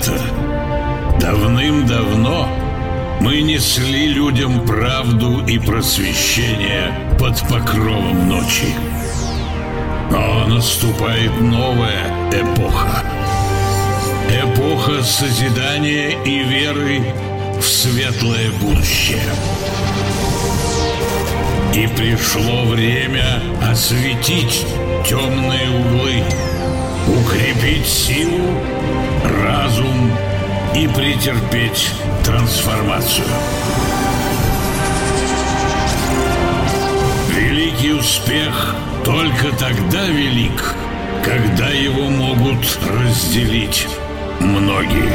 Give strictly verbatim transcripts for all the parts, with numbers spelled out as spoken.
Когда-то, давным-давно, мы несли людям правду и просвещение под покровом ночи. Но наступает новая эпоха. Эпоха созидания и веры в светлое будущее. И пришло время осветить темные углы, укрепить силу, разум и претерпеть трансформацию. Великий успех только тогда велик, когда его могут разделить многие.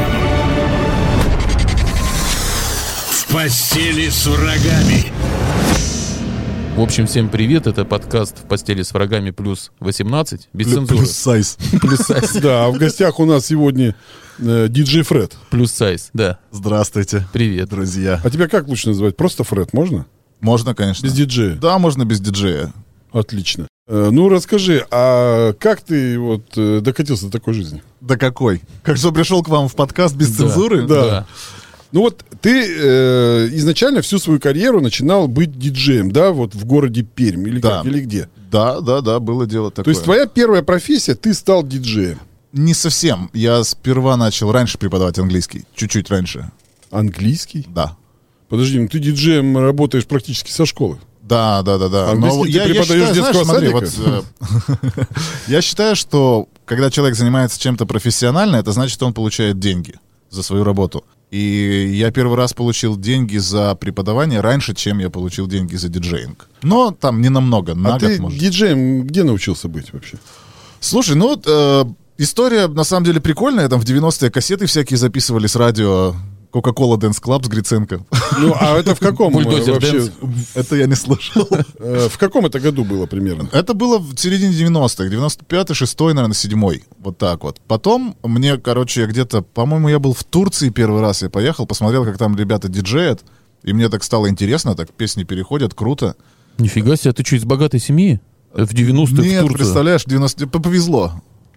В постели с врагами. В общем, всем привет, это подкаст «В постели с врагами» плюс восемнадцать, без Плю- цензуры. Плюс сайз. Плюс сайз. Да, а в гостях у нас сегодня э, диджей Фред. Плюс сайз, да. Здравствуйте, Привет. друзья. А тебя как лучше называть? Просто Фред, можно? Можно, конечно. Без диджея? Да, можно без диджея. Отлично. Э, ну, расскажи, а как ты вот э, докатился до такой жизни? Да какой? Как что пришел к вам в подкаст без Да. цензуры? Да. Ну вот ты э, изначально всю свою карьеру начинал быть диджеем, да, вот в городе Пермь или Да. как, или где? Да, да, да, было дело такое. То есть твоя первая профессия, ты стал диджеем. Не совсем. Я сперва начал раньше преподавать английский. Чуть-чуть раньше. Английский? Да. Подожди, ну ты диджеем работаешь практически со школы. Да, да, да, да. Английский ты преподаешь детского смотри, садика? вот, э, я считаю, что когда человек занимается чем-то профессионально, это значит, он получает деньги за свою работу. И я первый раз получил деньги за преподавание раньше, чем я получил деньги за диджеинг. Но там не намного, на А год, ты может. диджеем где научился быть вообще? Слушай, ну вот э, история на самом деле прикольная. Там в девяностые кассеты всякие записывали с радио. Coca-Cola Dance Club с Гриценко. Ну, а это в каком э, Бульдозер вообще? Дэнс. Это я не слышал. э, В каком это году было примерно? Это было в середине девяностых, девяносто пятый, шестой, наверное, седьмой, вот так вот. Потом мне, короче, я где-то, по-моему, я был в Турции первый раз, я поехал, посмотрел, как там ребята диджеят, и мне так стало интересно, так песни переходят, круто. Нифига себе, ты что, из богатой семьи? В девяностых в Нет, Турцию? представляешь, девяносто повезло.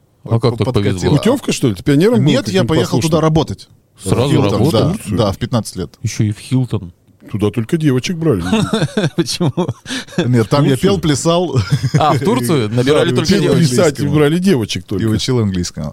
А как так Подкатило. повезло? Путевка, что ли? Ты пионером был? Нет, я каким-то поехал послушным? туда работать. Сразу Хилтон, работал? Да, да, в пятнадцать лет. Еще и в Хилтон. Туда только девочек брали. Почему? Нет, там я Турцию? пел, плясал. А, в Турцию набирали Да, только учил девочек. Писать английскому. брали девочек И только. учил английскому.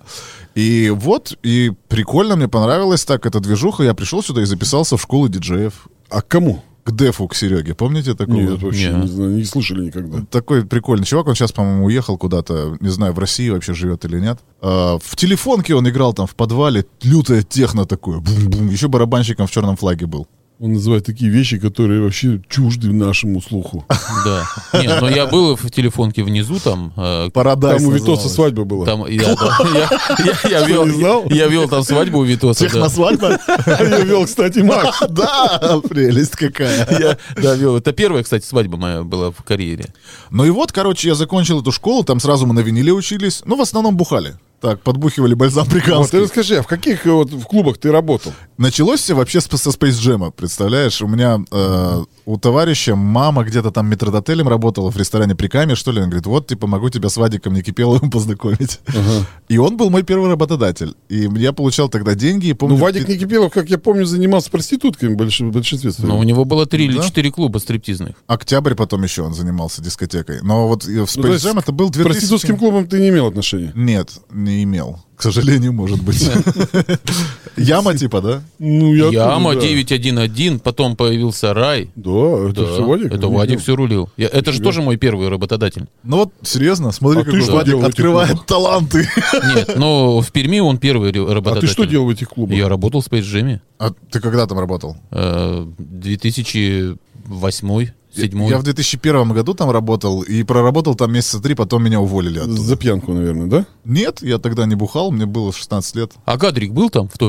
И вот, и прикольно, мне понравилось так эта движуха. Я пришел сюда и записался в школу диджеев. А к кому? К Дефу, к Сереге. Помните такого? Нет, вообще Не. не знаю, не слышали никогда. Такой прикольный чувак. Он сейчас, по-моему, уехал куда-то, не знаю, в России вообще живет или нет. А, в телефонке он играл там в подвале. Лютая техно такое. Бум-бум. Еще барабанщиком в черном флаге был. Он называет такие вещи, которые вообще чужды нашему слуху. Да. Нет, но я был в телефонке внизу, там... э, Парадайз Там у Витоса называлось. свадьба была. Там, я, да, я, я, я, вел, не знал? я вел там свадьбу у Витоса. Да. Техносвадьба? Я вел, кстати, Макс. Да, прелесть какая. Я, да, вел. Это первая, кстати, свадьба моя была в карьере. Ну и вот, короче, я закончил эту школу, там сразу мы на виниле учились. Ну, в основном бухали. Так, подбухивали бальзам Вот, ты приканский. расскажи, а в каких э, вот в клубах ты работал? Началось все вообще с- со Space Jam, представляешь? У меня э, у товарища мама где-то там метрдотелем работала в ресторане Прикамье, что ли. Он говорит, вот, типа, могу тебя с Вадиком Никипеловым познакомить. И он был мой первый работодатель. И я получал тогда деньги. И помню, Ну, Вадик пи- Никипелов, как я помню, занимался проститутками в больш- в большинстве своем. Но у него было три или Да? четыре клуба стриптизных. Октябрь потом еще он занимался дискотекой. Но вот и в Ну, то Space есть Jam это был К две тысячи... проститутским клубам ты не имел отношения? Нет, не имел. К сожалению, может быть. Яма типа, да? Ну, я Яма тоже, да. девять один один, потом появился Рай. Да, это Да, все Вадик? это Ну, Вадик ну. все рулил. Я- это же тоже мой первый работодатель. Ну вот, серьезно, смотри, А как ты что Вадик делал в этих открывает клубах? таланты. Нет, но в Перми он первый ре- А работодатель. ты что делал в этих клубах? Я работал в Space Jam. А ты когда там работал? э, две тысячи восьмой, седьмой. Я в две тысячи первом году там работал и проработал там месяца три, потом меня уволили оттуда. За пьянку, наверное, да? Нет, я тогда не бухал, мне было шестнадцать лет. А Гадрик был там в то время?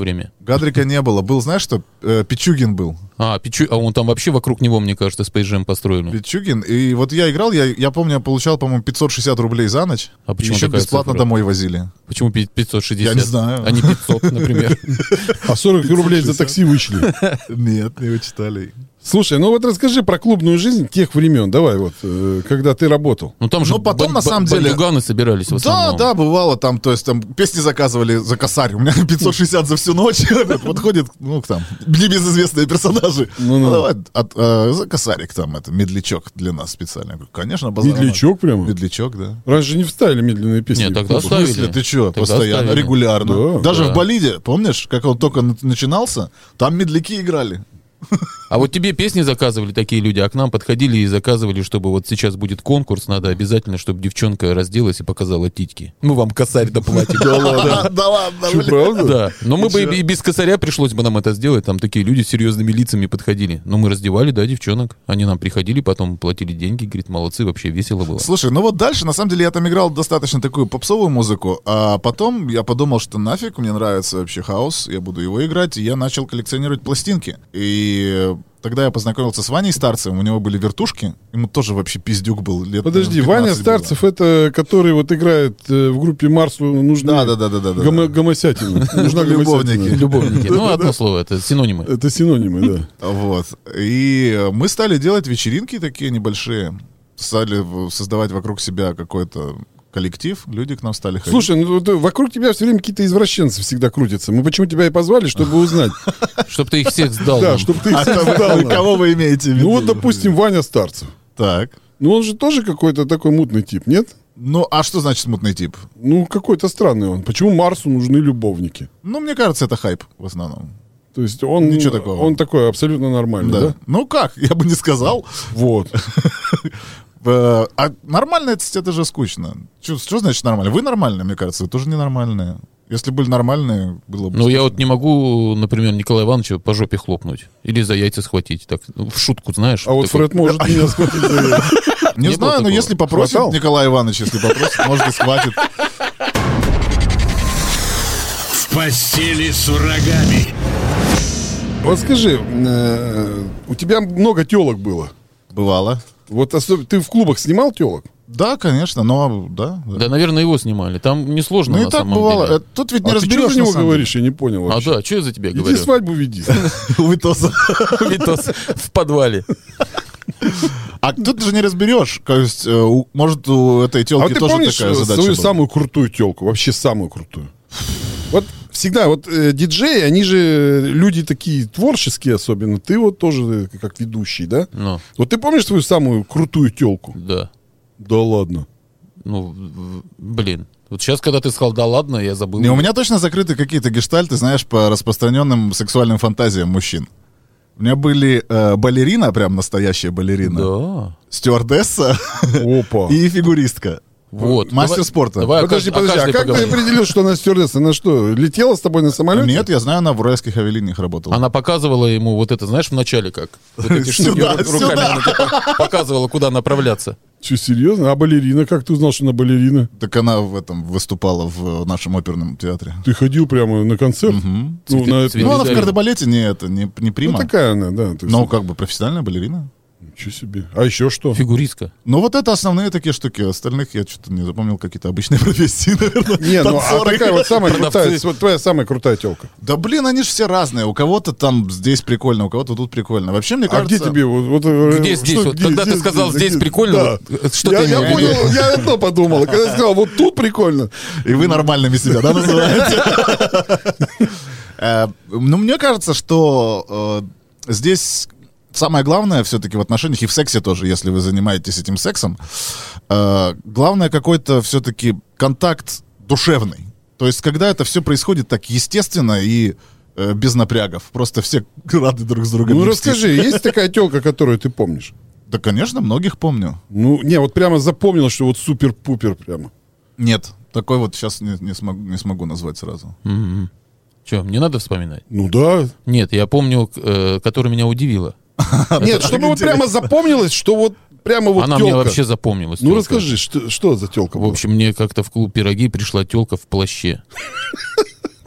Гадрика не было. Был, знаешь что, э, Пичугин был. А, Пичу... а он там вообще вокруг него, мне кажется, Space Jam построили. Пичугин. И вот я играл, я, я помню, я получал, по-моему, пятьсот шестьдесят рублей за ночь. А почему еще такая бесплатно цифра? домой возили. Почему пятьсот шестьдесят? Я не знаю. А не пятьсот, например. А сорок рублей за такси вычли. Нет, не вычитали. Слушай, ну вот расскажи про клубную жизнь тех времен. Давай вот, э, когда ты работал. Ну там же Ну, потом, бан- на самом бан- деле- бандюганы собирались в Да, основном. да, бывало там, то есть там песни заказывали за косарь. У меня пятьсот шестьдесят за всю ночь. Подходит, ну, там, небезызвестные персонажи. Ну-ну. Ну, давай, от, э, за косарик там, это, медлячок для нас специально. Я говорю, конечно, базар. Медлячок прямо? Медлячок, да. Раньше не вставили медленные песни. Нет, тогда В смысле, ставили. ты что, Тогда постоянно, ставили. регулярно. Да, Даже да. в болиде, помнишь, как он только н- начинался, там медляки играли. А вот тебе песни заказывали такие люди, а к нам подходили и заказывали, чтобы вот сейчас будет конкурс, надо обязательно, чтобы девчонка разделась и показала титьки. Мы вам косарь доплатим. Да ладно. Да ладно, Что, блин. правда? Да, но мы бы и без косаря пришлось бы нам это сделать. Там такие люди с серьезными лицами подходили. Но мы раздевали, да, девчонок. Они нам приходили, потом платили деньги. Говорит, молодцы, вообще весело было. Слушай, ну вот дальше, на самом деле, я там играл достаточно такую попсовую музыку, а потом я подумал, что нафиг, мне нравится вообще хаус, я буду его играть, и я начал коллекционировать пластинки. И тогда я познакомился с Ваней Старцевым, у него были вертушки, ему тоже вообще пиздюк был. Лет, Подожди, наверное, Ваня пятнадцать было. Старцев, это который вот играет э, в группе Марсу нужны Да, да, да, да, да, да. гомо- гомосятины. Нужна Любовники. гомосятина. Любовники. Ну, одно слово, это синонимы. Это синонимы, да. Вот. И мы стали делать вечеринки такие небольшие, стали в- создавать вокруг себя какой-то коллектив, люди к нам стали ходить. Слушай, ну вот, э, вокруг тебя все время какие-то извращенцы всегда крутятся. Мы почему тебя и позвали, чтобы узнать. Чтоб ты их всех сдал. Да, нам. чтобы ты их А всех кого- сдал нам. кого вы имеете в виду? Ну вот, допустим, Ваня Старцев. Так. Ну он же тоже какой-то такой мутный тип, нет? Ну, а что значит мутный тип? Ну, какой-то странный он. Почему Марсу нужны любовники? Ну, мне кажется, это хайп в основном. То есть он, Ничего такого. он такой абсолютно нормальный, да? Да. Ну как, я бы не сказал. Вот. Э, А нормально это, это же скучно. Что, что значит нормально? Вы нормальные, мне кажется, вы тоже ненормальные. Если были нормальные, было бы Ну, я скучно. вот не могу, например, Николая Ивановича по жопе хлопнуть. Или за яйца схватить. Так, ну, в шутку, знаешь. А вот такой. Фред может меня схватить за яйца. Не не было знаю, но такого. если попросит Хватал? Николай Иванович, если попросит, может и схватит. В постели с врагами. Вот скажи, э, у тебя много телок было. Бывало. Вот особ- ты в клубах снимал телок? Да, конечно, но да. да. Да, наверное, его снимали. Там несложно, Ну и на так самом бывало. деле. Э, Тут ведь не А ты что разберешь, за на него самом говоришь? Я не понял А вообще. да, что я за тебя Иди говорю? свадьбу веди. деле. Вы тоже. Витас в подвале. А тут же не разберешь. То есть, э, у- может, у этой А телки вот ты тоже помнишь такая э, задача свою была? самую крутую телку? Вообще самую крутую. Вот всегда, вот э, диджеи, они же люди такие творческие особенно. Ты вот тоже э, как ведущий, да? Ну, Вот ты помнишь свою самую крутую телку? да. Да ладно. Ну, в- блин. Вот сейчас, когда ты сказал, да ладно, я забыл. Не, у меня точно закрыты какие-то гештальты, знаешь, по распространенным сексуальным фантазиям мужчин. У меня были э, балерина, прям настоящая балерина, Да. стюардесса Опа. и фигуристка. Вот. Мастер Давай- спорта. Давай о Подожди, кажд- о подожди, а каждой как ты поговорим. определил, что она стюардесса? Она что, летела с тобой на самолете? Нет, я знаю, она в уральских авиалиниях работала. Она показывала ему вот это, знаешь, в начале как? Вот эти штуки Сюда, ру- руками сюда. она типа показывала, куда направляться. Что, серьезно? А балерина? Как ты узнал, что она балерина? Так она в этом выступала в нашем оперном театре. Ты ходил прямо на концерт? Мгм. Ну, на это- цветы Ну, она в дарила. кардебалете не это, не, не Ну, прима. такая она, да. то есть- Но как бы профессиональная балерина. Ничего себе. А еще что? Фигуристка. Ну, вот это основные такие штуки. Остальных я что-то не запомнил, какие-то обычные профессии, наверное. Не, ну а Танцоры. такая вот самая крутая, Продавцы. вот твоя самая крутая телка. Да блин, они же все разные. У кого-то там здесь прикольно, у кого-то тут прикольно. Вообще, мне А кажется... где тебе вот... вот, э, Где что, здесь? Вот где когда ты сказал, здесь прикольно, Да. вот, что я, ты я имел в виду? понял, я одно подумал. Когда я сказал, вот тут прикольно. И вы нормальными себя, да, называете? Э, Ну, мне кажется, что э, здесь самое главное все-таки в отношениях, и в сексе тоже, если вы занимаетесь этим сексом, э, главное какой-то все-таки контакт душевный. То есть, когда это все происходит так естественно и э, без напрягов. Просто все рады друг с другом. Ну мириться. расскажи, есть такая телка, которую ты помнишь? Да, конечно, многих помню. Ну, не, вот прямо запомнил, что вот супер-пупер прямо. Нет, такой вот сейчас не, не смогу, не смогу назвать сразу. Че, мне надо вспоминать? Ну да. Нет, я помню, э, которая меня удивила. Нет, чтобы вот прямо запомнилось, что вот прямо вот Она телка. мне вообще запомнилась. Ну тёлка. расскажи, что, что за телка В общем, мне как-то в клуб пироги пришла телка в плаще.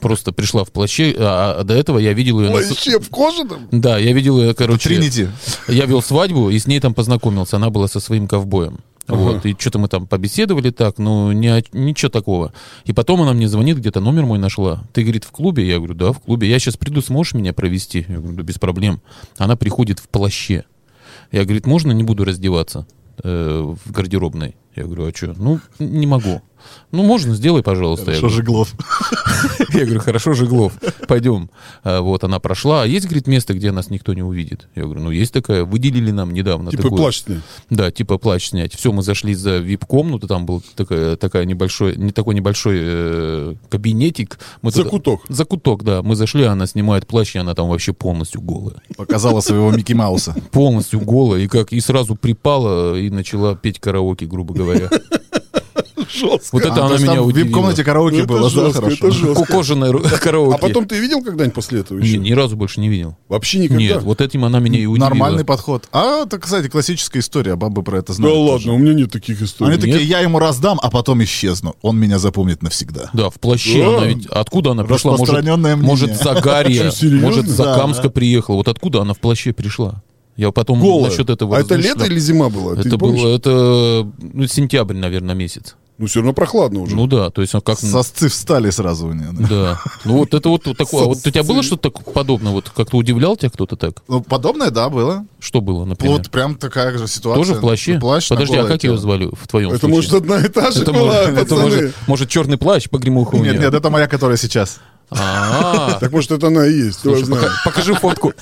Просто пришла в плаще, а, а до этого я видел ее... Вообще в кожаном? Да, я видел ее, короче... Тринити. Я вел свадьбу, и с ней там познакомился. Она была со своим ковбоем. Ага. Вот, и что-то мы там побеседовали так, ну, не, ничего такого. И потом она мне звонит, где-то номер мой нашла. Ты, говорит, в клубе? Я говорю, да, в клубе. Я сейчас приду, сможешь меня провести? Я говорю, да, без проблем. Она приходит в плаще. Я, говорит, можно не буду раздеваться э, в гардеробной? Я говорю, а что? Ну, не могу. Ну, можно, сделай, пожалуйста. Хорошо, Жиглов. Я говорю, хорошо, Жиглов, пойдем. А, вот, она прошла. А есть, говорит, место, где нас никто не увидит? Я говорю, ну, есть такая. Выделили нам недавно. Типа такую. плащ снять? Да, типа плащ снять. Все, мы зашли за вип-комнату, там был такая, такая небольшой, не такой небольшой э, кабинетик. Мы Закуток. Туда, закуток, да. Мы зашли, она снимает плащ, и она там вообще полностью голая. Показала своего Микки Мауса. Полностью голая. И, как, и сразу припала и начала петь караоке, грубо говоря. Жестко. Вот это А, то она есть меня там в удивила. вип-комнате караоке Ну, это было, да, жестко, хорошо? это жестко. Кожаное ру- караоке. А потом ты видел когда-нибудь после этого Ни, еще? ни разу больше не видел. Вообще никогда? Нет, вот этим она меня и удивила. Нормальный подход. А, это, кстати, классическая история, бабы про это Да знают. ладно, тоже. у меня нет таких историй. Они такие, Нет? я ему раздам, а потом исчезну. Он меня запомнит навсегда. Да, в плаще Да. она ведь... Откуда она пришла? Может, Распространенное мнение. может, с Загарья, Что, серьезно? может, с Да. Закамска приехала. Вот откуда она в плаще пришла? Я потом Голая. насчет этого А это размышлял. лето или зима была? Ты Это помнишь? было, это ну, сентябрь, наверное, месяц. Ну, все равно прохладно уже. Ну да, то есть он как... Сосцы встали сразу у нее. да. Да. Ну вот это вот, вот такое. А вот у тебя было что-то так подобное? Вот как-то удивлял тебя кто-то так? Ну, подобное, да, было. Что было, например? Вот прям такая же ситуация. Тоже в плаще? Плащ на Подожди, а голое как ее тело. звали в твоем Это случае? может одна и та же Это была, может, это пацаны. может, может черный плащ погремуха у Нет, нее? нет, это моя, которая сейчас. А, Так может это она и есть, кто слушай, знает. пока- покажи фотку.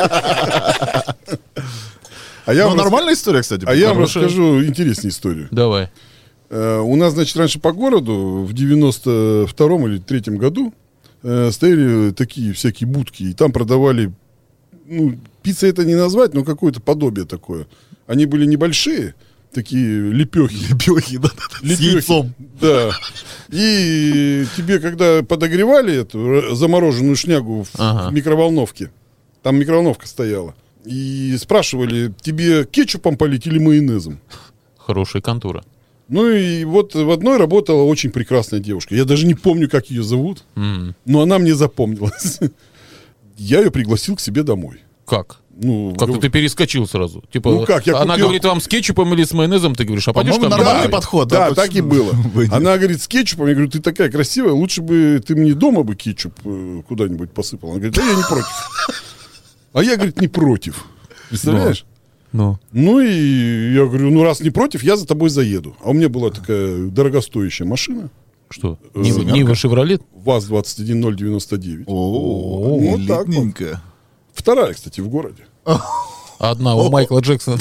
А я Ну, вам, рас- нормальная история, кстати. а я вам Хорошая. расскажу интересную историю. Давай. Э, У нас, значит, раньше по городу в девяносто втором или третьем году э, стояли такие всякие будки, и там продавали, ну, пицца это не назвать, но какое-то подобие такое. Они были небольшие, такие лепехи. Лепехи, да, да, да, с Лепехи. яйцом. Да. И тебе, когда подогревали эту р- замороженную шнягу в, Ага. в микроволновке, там микроволновка стояла, и спрашивали, тебе кетчупом полить или майонезом? Хорошая контора. Ну и вот в одной работала очень прекрасная девушка. Я даже не помню, как ее зовут, М, но она мне запомнилась. Я ее пригласил к себе домой. Как? Ну, Как-то гов- ты перескочил сразу. Типа, Ну как, я она купил- говорит вам с кетчупом или с майонезом, ты говоришь, а пойдешь ко По-моему, мне? нормальный домой? подход. Да, почему так и было. бы и нет. Она говорит, с кетчупом. Я говорю, ты такая красивая, лучше бы ты мне дома бы кетчуп э, куда-нибудь посыпала. Она говорит, да я не против. А я, говорит, не против. Представляешь? Ну, Ну и я говорю, ну раз не против, я за тобой заеду. А у меня была такая дорогостоящая машина. что? Э, Нива семерка? Нива Шевролет? ВАЗ двадцать один ноль девяносто девять. О, вот так вот. элитненько. Вторая, кстати, в городе. Одна у Майкла Джексона.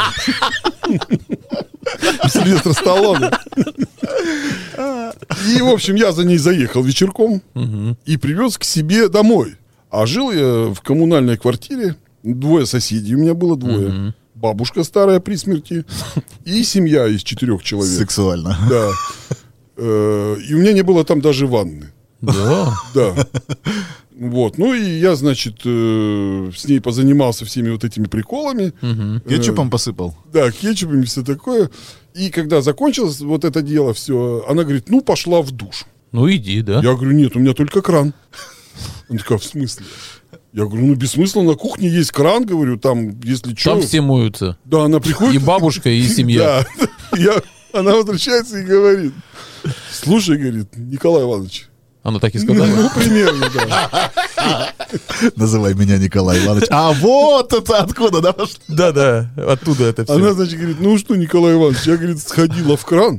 Сильвестр Сталлоне. И, в общем, я за ней заехал вечерком и привез к себе домой. А жил я в коммунальной квартире. Двое соседей у меня было двое. Бабушка старая при смерти и семья из четырех человек. Сексуально. Да. Э, И у меня не было там даже ванны. Да. Да. Вот. Ну и я, значит, э, с ней позанимался всеми вот этими приколами. Кетчупом посыпал. Да, кетчупом и все такое. И когда закончилось вот это дело все, она говорит, ну, пошла в душ. Ну иди, да? Я говорю, нет, у меня только кран. Она такая, в смысле? Я говорю, ну, без смысла, на кухне есть кран, говорю, там, если что... Там все моются. Да, она приходит... И бабушка, и семья. Да. Я... Она возвращается и говорит, слушай, говорит, Николай Иванович, Она так и сказала. ну, примерно, да. Называй меня Николай Иванович. А вот это откуда, да? Да, да, оттуда это все. Она, значит, говорит, ну что, Николай Иванович, я, говорит, сходила в кран,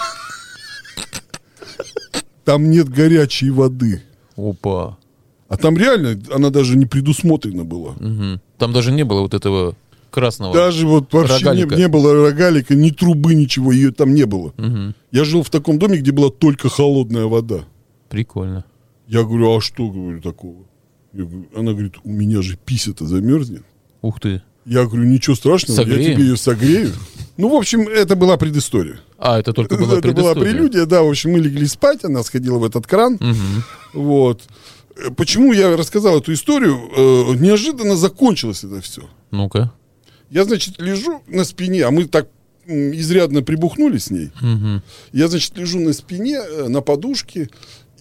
там нет горячей воды. Опа. А там реально, она даже не предусмотрена была. Мгм. Там даже не было вот этого красного. Даже вот вообще не, Рогалика. не было рогалика, ни трубы, ничего, ее там не было. Мгм. Я жил в таком доме, где была только холодная вода. Прикольно. Я говорю, а что, говорю, такого? Я говорю, она говорит, у меня же пися-то замерзнет. Ух ты. Я говорю, ничего страшного, Согреем? я тебе ее согрею. Ну, в общем, это была предыстория. А, это только была Это была предыстория. прелюдия, да, в общем, мы легли спать, она сходила в этот кран. Мгм. Вот. Э, Почему я рассказал эту историю? Э, Неожиданно закончилось это все. Ну-ка. Я, значит, лежу на спине, а мы так м, изрядно прибухнули с ней. Мгм. Я, значит, лежу на спине, э, на подушке,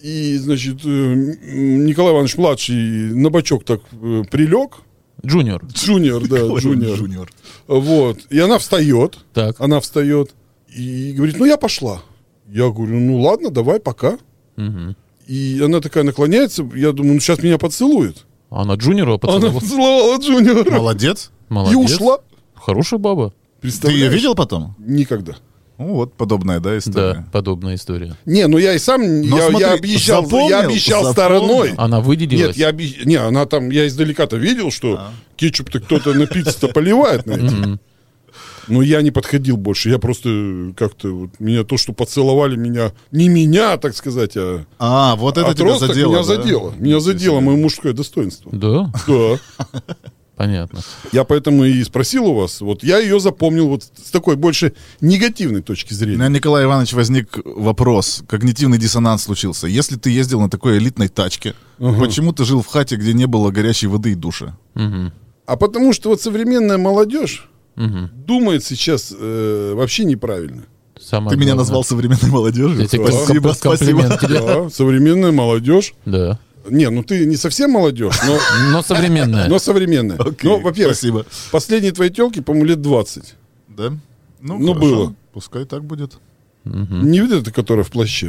И, значит, э, Николай Иванович младший на бочок так э, прилег. Джуниор. Джуниор, да, джуниор. Джуниор. Вот. И она встает. Так. Она встает и говорит, ну я пошла. Я говорю, ну ладно, давай, пока. Мгм. И она такая наклоняется, я думаю, ну сейчас меня поцелует. Она Джуниора Она поцеловала. поцеловала джуниора Молодец. Молодец. и ушла. Хорошая баба. Ты ее Представляешь? видел потом? Никогда. Ну вот, подобная, да, Да, история. подобная история. Не, ну я и сам, я, смотри, я объезжал, запомнил, я объезжал запомнил. стороной. Она выделилась. Нет, я объ... не, она там, я издалека-то видел, что А. кетчуп-то кто-то на пиццу-то поливает на эти. Мгм. Но я не подходил больше. Я просто как-то вот, меня то, что поцеловали меня, не меня, так сказать, а А, вот это тебя отросток задело, меня да? задело. Меня задело мое мужское достоинство. Да, Да. понятно. Я поэтому и спросил у вас. Вот я ее запомнил вот с такой больше негативной точки У зрения. меня, Николай Иванович, возник вопрос. Когнитивный диссонанс случился. Если ты ездил на такой элитной тачке, Ага. почему ты жил в хате, где не было горячей воды и душа? Мгм. А потому что вот современная молодежь Мгм. думает сейчас э, вообще неправильно. Самое Ты меня главное. назвал современной молодежью? Я тебе Спасибо, комп- комплимент спасибо. тебе. Да, современная молодежь. Да. Не, ну ты не совсем молодежь, но, Но современная. но современная. Окей, Ну, во-первых, спасибо. последние твои телки, по-моему, лет двадцать. Да? Ну, Ну, хорошо. было. Пускай так будет. Мгм. Не видно, это которая в плаще.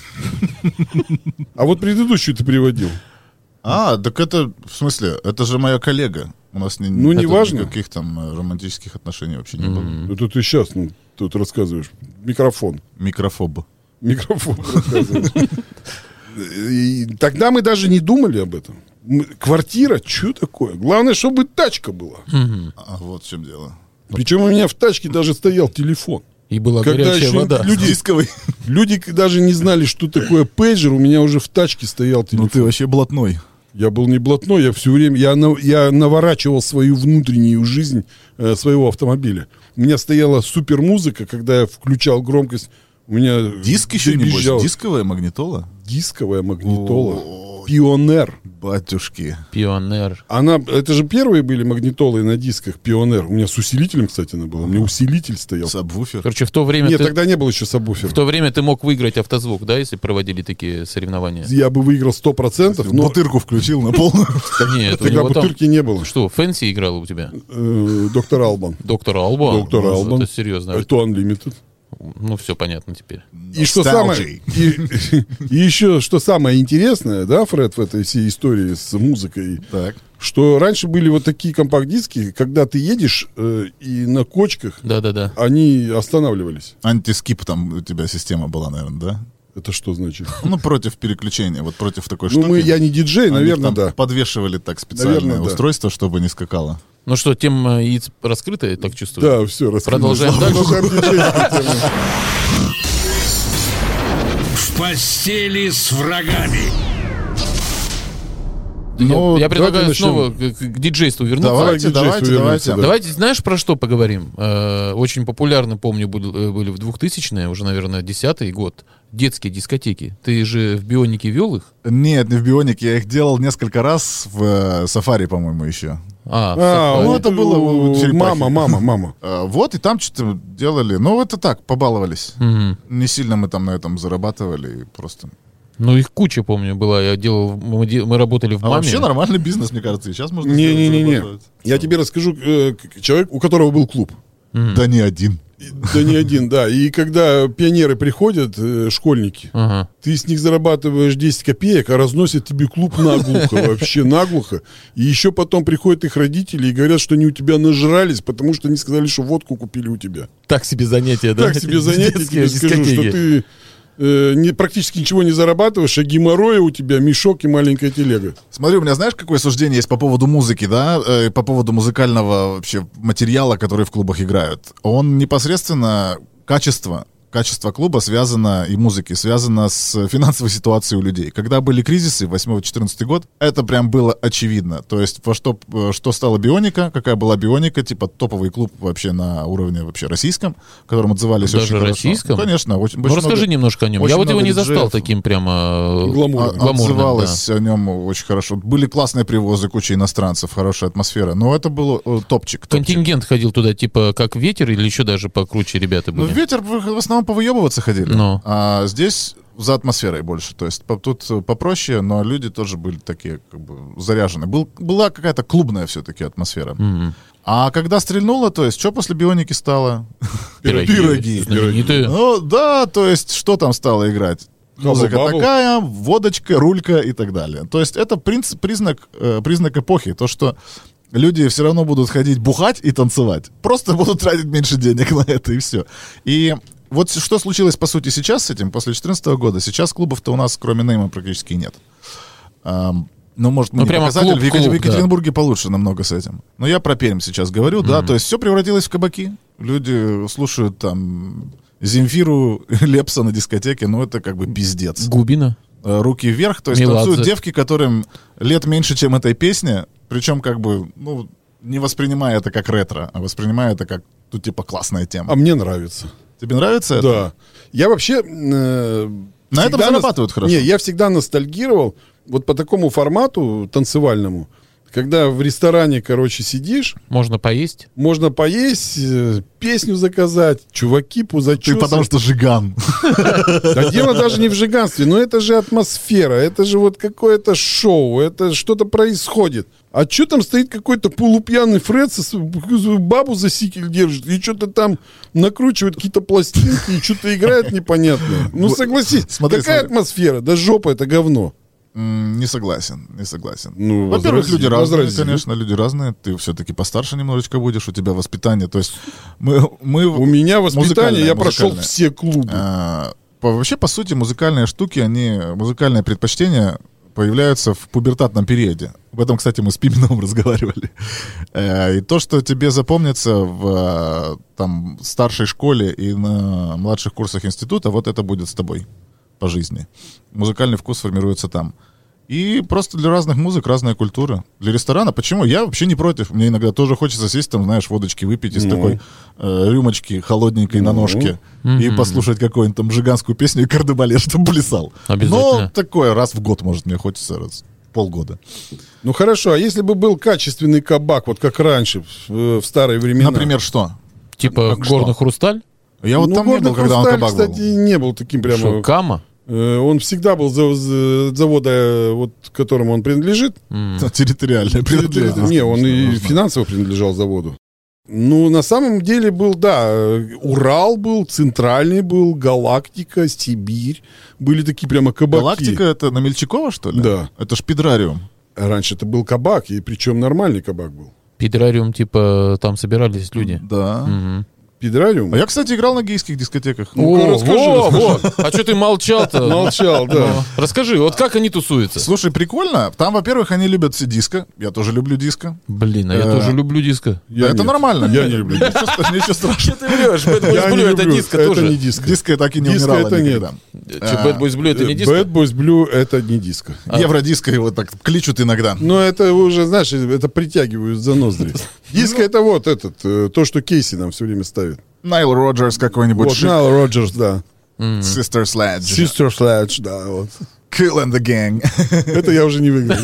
А вот предыдущую ты приводил. А, так это, в смысле, это же моя коллега. У нас не, Ну, это неважно. никаких там э, романтических отношений вообще не было. Мгм. Это ты сейчас ну, тут рассказываешь. Микрофон. Микрофоб. Микрофон рассказываешь. И тогда мы даже не думали об этом. Мы- Квартира, что такое? Главное, чтобы тачка была. Мгм. А, вот в чем дело. Причем у меня в тачке даже стоял телефон. И была Когда горячая еще вода. люди- Дисковый. Люди к- даже не знали, что такое пейджер. У меня уже в тачке стоял Ну телефон. ты вообще блатной. Я был не блатной, я все время, я, на- я наворачивал свою внутреннюю жизнь э, своего автомобиля. У меня стояла супер музыка, когда я включал громкость, у меня Диск еще не дребезжал. Дисковая магнитола? Дисковая магнитола. О, Пионер. батюшки. Пионер. Она, это же первые были магнитолы на дисках Пионер. У меня с усилителем, кстати, она была. У меня усилитель стоял. Сабвуфер. Короче, в то время Нет, ты... тогда не было еще сабвуфера. В то время ты мог выиграть автозвук, да, если проводили такие соревнования? Я бы выиграл сто процентов, но Бутырку включил на полную. Да нет, у тогда него там... бутырки не было. Что, Фэнси играл у тебя? Э, Доктор Албан. Доктор Алба? Доктор Ну, Албан. Это серьезно. Это Unlimited. Ну, все понятно теперь. И что самое, и, и еще что самое интересное, да, Фред, в этой всей истории с музыкой, Так. что раньше были вот такие компакт-диски, когда ты едешь э, и на кочках Да-да-да. они останавливались. Антискип там у тебя система была, наверное, да? Это что значит? Ну, против переключения, вот против такой Ну, штуки. мы, я не диджей, Они наверное, там да. подвешивали так специальное Наверное, да. устройство, чтобы не скакало. Ну что, тема яиц раскрыта, я так чувствую? Да, все, Продолжаем дальше. Продолжаем диджейскую тему. В постели с врагами. Ну, я предлагаю давайте снова к, к диджейству вернуться. Давайте, Давай к давайте, диджейству давайте. вернемся, да. Давайте, знаешь, про что поговорим? Э, очень популярны, помню, были, э, были в двухтысячные, уже, наверное, десятый год, детские дискотеки. Ты же в Бионике вел их? Нет, не в Бионике, я их делал несколько раз в э, Сафари, по-моему, еще. А, А, в ну, Сафари. это было у черепахи. Мама, мама, мама. Э, вот, и там что-то делали. Ну, это так, побаловались. Мгм. Не сильно мы там на этом зарабатывали, просто. Ну, их куча, помню, была. Я делал, мы, де- мы работали в А маме. вообще нормальный бизнес, мне кажется, и сейчас можно сделать, Не-не-не-не. зарабатывать. Я тебе расскажу, э, к- человек, у которого был клуб. Мгм. Да не один. И- Да не один, да. И когда пионеры приходят, э, школьники, Ага. ты с них зарабатываешь десять копеек, а разносят тебе клуб наглухо, вообще наглухо. И еще потом приходят их родители и говорят, что они у тебя нажрались, потому что они сказали, что водку купили у тебя. Так себе занятия, да? Так себе занятие, Детские тебе скажу, что дискотеки. ты э, не, практически ничего не зарабатываешь, а геморроя у тебя мешок и маленькая телега. Смотри, у меня знаешь, какое суждение есть по поводу музыки, да, э, по поводу музыкального вообще материала, который в клубах играют. Он непосредственно качество. Качество клуба связано, и музыки, связано с финансовой ситуацией у людей. Когда были кризисы, восьмой-четырнадцатый год, это прям было очевидно. То есть, во что, что стала Бионика, какая была Бионика, типа топовый клуб вообще на уровне вообще российском, в котором отзывались Даже очень хорошо. российском? Ну, конечно. Очень, Ну, очень расскажи много- немножко о нем. очень Я вот его много не застал диджеев. таким прямо... Гламурным. А- Гламурным, отзывалось о нем очень хорошо. Были классные привозы, куча иностранцев, хорошая атмосфера. Но это был э, топчик. топчик. Контингент ходил туда, типа, как ветер, или еще даже покруче ребята Ну, были? ветер в в основном повыебываться ходили. Ну. А здесь За атмосферой больше. То есть по, тут попроще, но люди тоже были такие как бы заряжены. Был, была какая-то клубная все-таки атмосфера. Mm-hmm. А когда стрельнуло, то есть что после Бионики стало? Пироги. Пироги. Знаменитые. Ну да, то есть что там стало играть? Музыка Бабл-бабл. такая, водочка, рулька и так далее. То есть это принцип, признак, э, признак эпохи. То, что люди все равно будут ходить бухать и танцевать. Просто будут тратить меньше денег на это, и все. И вот что случилось, по сути, сейчас с этим, после две тысячи четырнадцатого года. Сейчас клубов-то у нас, кроме Нейма, практически нет. Эм, ну, может, мы Ну, не прямо показатель. клуб, в, Екатер- клуб, в Екатеринбурге получше намного с этим. Но я про Пермь сейчас говорю, да. Мгм. То есть все превратилось в кабаки. Люди слушают там Земфиру, Лепса на дискотеке. Ну, это как бы пиздец. Губина. Э, Руки вверх. То есть Меладзе. танцуют девки, которым лет меньше, чем этой песне. Причем как бы, ну, не воспринимая это как ретро, а воспринимая это как, ну, типа, классная тема. А мне нравится. Тебе нравится это? Да. Я вообще... э, На этом всегда зарабатывают ност- хорошо. Не, я всегда ностальгировал вот по такому формату танцевальному, когда в ресторане, короче, сидишь, Можно поесть. можно поесть, э, песню заказать, чуваки Ты пузачесать. потому что жиган. Да дело даже не в жиганстве, но это же атмосфера, это же вот какое-то шоу, это что-то происходит. А что там стоит какой-то полупьяный Фред, со с- бабу за сикель держит, и что-то там накручивает какие-то пластинки, и что-то играет непонятное. Ну Вот, согласись, смотри, какая смотри. атмосфера? Да жопа это говно. М, Не согласен, не согласен. Ну, Во-первых, возрази, люди разные, возрази. конечно, люди разные. Ты все-таки постарше немножечко будешь, у тебя воспитание. То есть мы... мы У меня воспитание, музыкальное, я прошел музыкальное. все клубы. А, по- вообще, по сути, музыкальные штуки, они, музыкальные предпочтения появляются в пубертатном периоде. Об этом, кстати, мы с Пименовым разговаривали. Э, И то, что тебе запомнится в э, там, старшей школе и на младших курсах института, вот это будет с тобой по жизни. Музыкальный вкус формируется там. И просто для разных музык разная культура. Для ресторана, почему? Я вообще не против. Мне иногда тоже хочется сесть, там, знаешь, водочки выпить из Ну. такой э, рюмочки холодненькой на Ну. ножке и Мгм. послушать какую-нибудь там жиганскую песню и кардебалет, чтобы плясал. Обязательно. Но такое раз в год, может, мне хочется, раз в полгода. Ну хорошо, а если бы был качественный кабак, вот как раньше, в, в старые времена? Например, что? Типа Как горный что? хрусталь? Я вот Ну, там не Горный был, когда он Хрусталь, кабак кстати, был. не был таким прямо... Что, Кама? Э, Он всегда был за, за- завода, э, вот, которому он принадлежит. М. Территориальная принадлежность. Не, он и Нужно. финансово принадлежал заводу. Ну, на самом деле был, да, э, Урал был, Центральный был, Галактика, Сибирь. Были такие прямо кабаки. Галактика — это на Мельчакова, что ли? Да. Это ж педрариум. Раньше это был кабак, и причем нормальный кабак был. Пидрариум, типа, там собирались люди. Да. Мгм. Педрариум? А я, кстати, играл на гейских дискотеках. Ну-ка, О, расскажи, во, расскажи. во. А что ты молчал-то? Молчал, да. Ну, расскажи, вот как они тусуются? Слушай, прикольно. Там, во-первых, они любят все диско. Я тоже люблю диско. Блин, а я Э, тоже люблю диско. Я Да, это нет. нормально. Я не люблю Ничего, ст- ничего страшного. ты врешь? Bad Я не Blue это люблю. диско Это тоже. не диско. Диско так и не Диско умирало это нет. никогда. Че, Bad Boys Blue это не диско? Bad Boys Blue это не диско. Евродиско его так кличут иногда. Но это уже, знаешь, это притягивают за ноздри. Диско это вот этот, э, то, что Кейси нам все время ставит. Найл Роджерс какой-нибудь. Вот, Найл Роджерс, да. Sister Sledge. Sister Sledge, да, вот. Kill and the Gang. Это я уже не выиграл.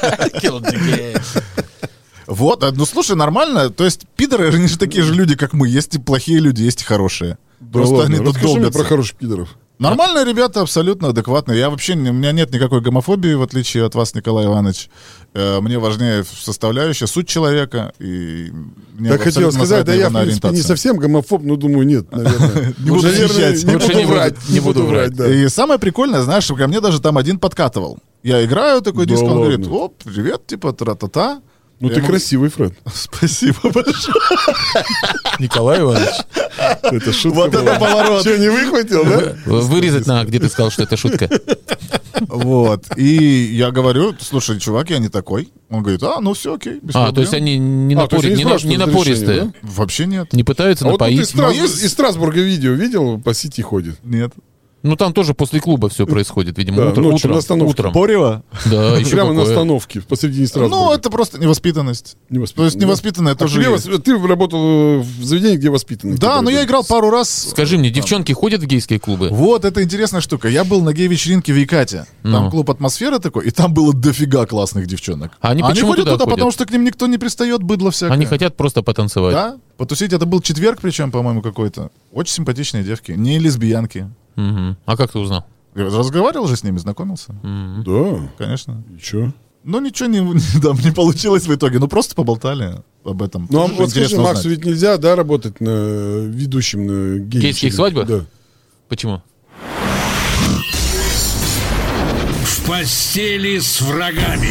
Вот, а, ну слушай, нормально. То есть пидоры, они же такие же люди, как мы. Есть и плохие люди, есть и хорошие. Просто Ладно, они тут расскажи мне долбятся. про хороших пидоров. Нормальные ребята, абсолютно адекватные. Я вообще, не- у меня нет никакой гомофобии, в отличие от вас, Николай Иванович. Э, Мне важнее составляющая, суть человека. И мне Так хотел абсолютно сказать, насрать да на я, его в принципе, не ориентацию. совсем гомофоб, но думаю, нет, наверное. Не буду Наверное, защищать. Не Лучше буду не буду- врать, не буду врать. да. И самое прикольное, знаешь, ко мне даже там один подкатывал. Я играю такой Да диск, он ладно. говорит: о, привет, типа, тра-та-та. Ну Я ты ему- красивый, Фред. Спасибо большое. Николай Иванович. Это шутка Вот это поворот. Что, не выхватил, да? Вырезать на, где ты сказал, что это шутка. Вот. И я говорю: слушай, чувак, я не такой. Он говорит: а, ну все, окей. без А, проблем». то есть они не, А, то есть напори- они не, на- спрашивают не напористые. разрешения, Вообще нет. Не пытаются А вот тут из, напоить. Страс- есть- из Страсбурга видео видел, по сети ходит. Нет. Ну там тоже после клуба все происходит, видимо, Да, утро- ночью утром. на остановке. утром. Порево? Да, еще Прямо на какое. остановке, посередине Страсбурга. Ну, это просто невоспитанность. Невоспитанно. То есть невоспитанное А тоже тебе есть. вос- ты работал в заведении, где воспитанные. Да, но я играл пару раз. Скажи мне, девчонки ходят в гейские клубы? Вот, это интересная штука. Я был на гей-вечеринке в Якате. Там Ну. клуб «Атмосфера» такой, и там было дофига классных девчонок. А они почему ходят туда туда, ходят? потому что к ним никто не пристает, быдло всякое. Они хотят просто потанцевать. Да, потусить. Это был четверг, причем, по-моему, какой-то. Очень симпатичные девки. Не лесбиянки. Мгм. А как ты узнал? Я разговаривал же с ними, знакомился. М. Да. Конечно. И чё? Ну, ничего не, да, не получилось в итоге. Ну, просто поболтали об этом. Ну, а Тоже вот скажи, интересно Максу узнать. ведь нельзя, да, работать на ведущем на гей- Гейских свадьбах? Да. Почему? В постели с врагами.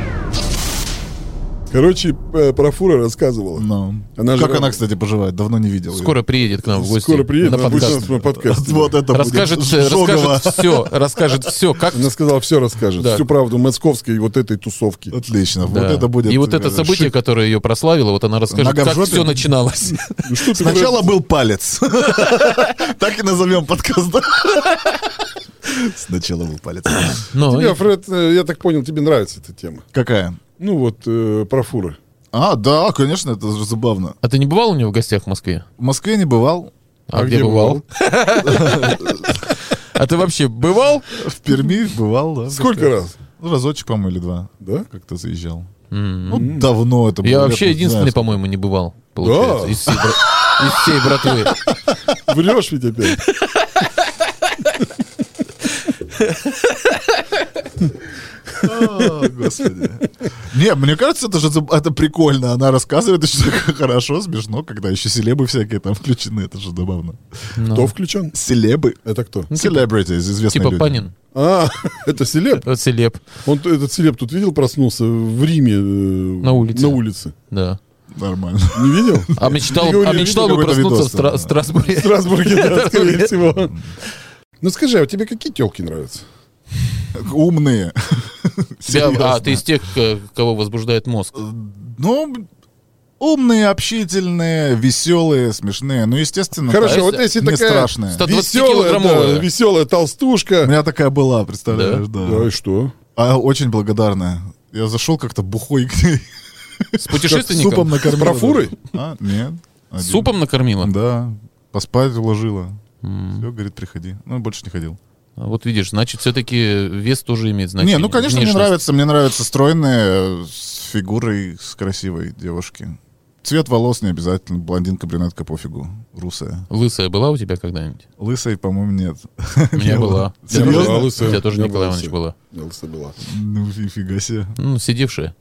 Короче, э, про Фура рассказывала. Ну. Она же Как раб- она, кстати, поживает? Давно не видел. её. Скоро приедет к нам в гости. Скоро приедет, на она будет у подкаст. нас на подкасте. Вот это Расскажет, будет э, жогово. расскажет все, расскажет все, как... Она сказала, все расскажет. Да. Всю правду московской вот этой тусовки. Отлично. Вот Да. это будет... И вот это э, событие, шик. которое ее прославило, вот она расскажет, Нога в как жопе? все начиналось. Ну, что ты Сначала говоришь? был палец. Так и назовем подкаст. да? Сначала был палец. Ну, Тебе, и- Фред, э, я так понял, тебе нравится эта тема. Какая? Ну вот, э, про Фуры. А, да, конечно, это же забавно. А ты не бывал у него в гостях в Москве? В Москве не бывал. А, где бывал? А ты вообще бывал? В Перми бывал, да. Сколько раз? Ну, разочек, по-моему, или два. Да? Как-то заезжал. М. Ну, давно это было. Я лет, вообще не единственный, знаю, по-моему, не бывал, получается, Да. из всей бра- из всей братвы. Врешь ведь опять. О, господи. Не, мне кажется, это же заб- это прикольно. Она рассказывает еще так хорошо, смешно, когда еще селебы всякие там включены. Это же забавно. Ну, Кто включен? Селебы? Это кто? Celebrities, известные Типа люди. Панин, А, это Селеб. вот Селеб, Он т- этот Селеб тут видел, проснулся в Риме. э, На улице. На улице. да. Нормально. Не видел? А мечтал, Я говорю, а мечтал видел бы какой-то проснуться видос в Стра- там, да. Страсбурге. В Страсбурге, да, скорее всего. Ну скажи, а тебе какие телки нравятся? Умные. Тебя- а, Серьезно. ты из тех, к- кого возбуждает мозг. Ну, умные, общительные, веселые, смешные. Ну, естественно, Хорошо, так, вот если не такая страшные. ста- веселая, двадцатикилограммовая. да, веселая У толстушка. меня такая была, представляешь, да. Да, и что? А очень благодарная. Я зашел как-то бухой к ней. С Супом путешественником? накормила. С профурой? А, нет. Один. Супом накормила? Да. Поспать уложила. М. Все, говорит, приходи. Ну, больше не ходил. А вот видишь, значит, все-таки вес тоже имеет значение. Не, ну, конечно, мне Внешность. нравится. Мне нравятся стройные, с фигурой, с красивой девушки. Цвет волос не обязательно. Блондинка, брюнетка, пофигу. Русая. Лысая была у тебя когда-нибудь? Лысой, по-моему, нет. У меня Не было. была. У тебя Серьезно? тоже- Лысая. У тебя тоже У меня Николай была Иванович лысая. была. Лысая была. Ну, нифига себе. Ну, сидевшая.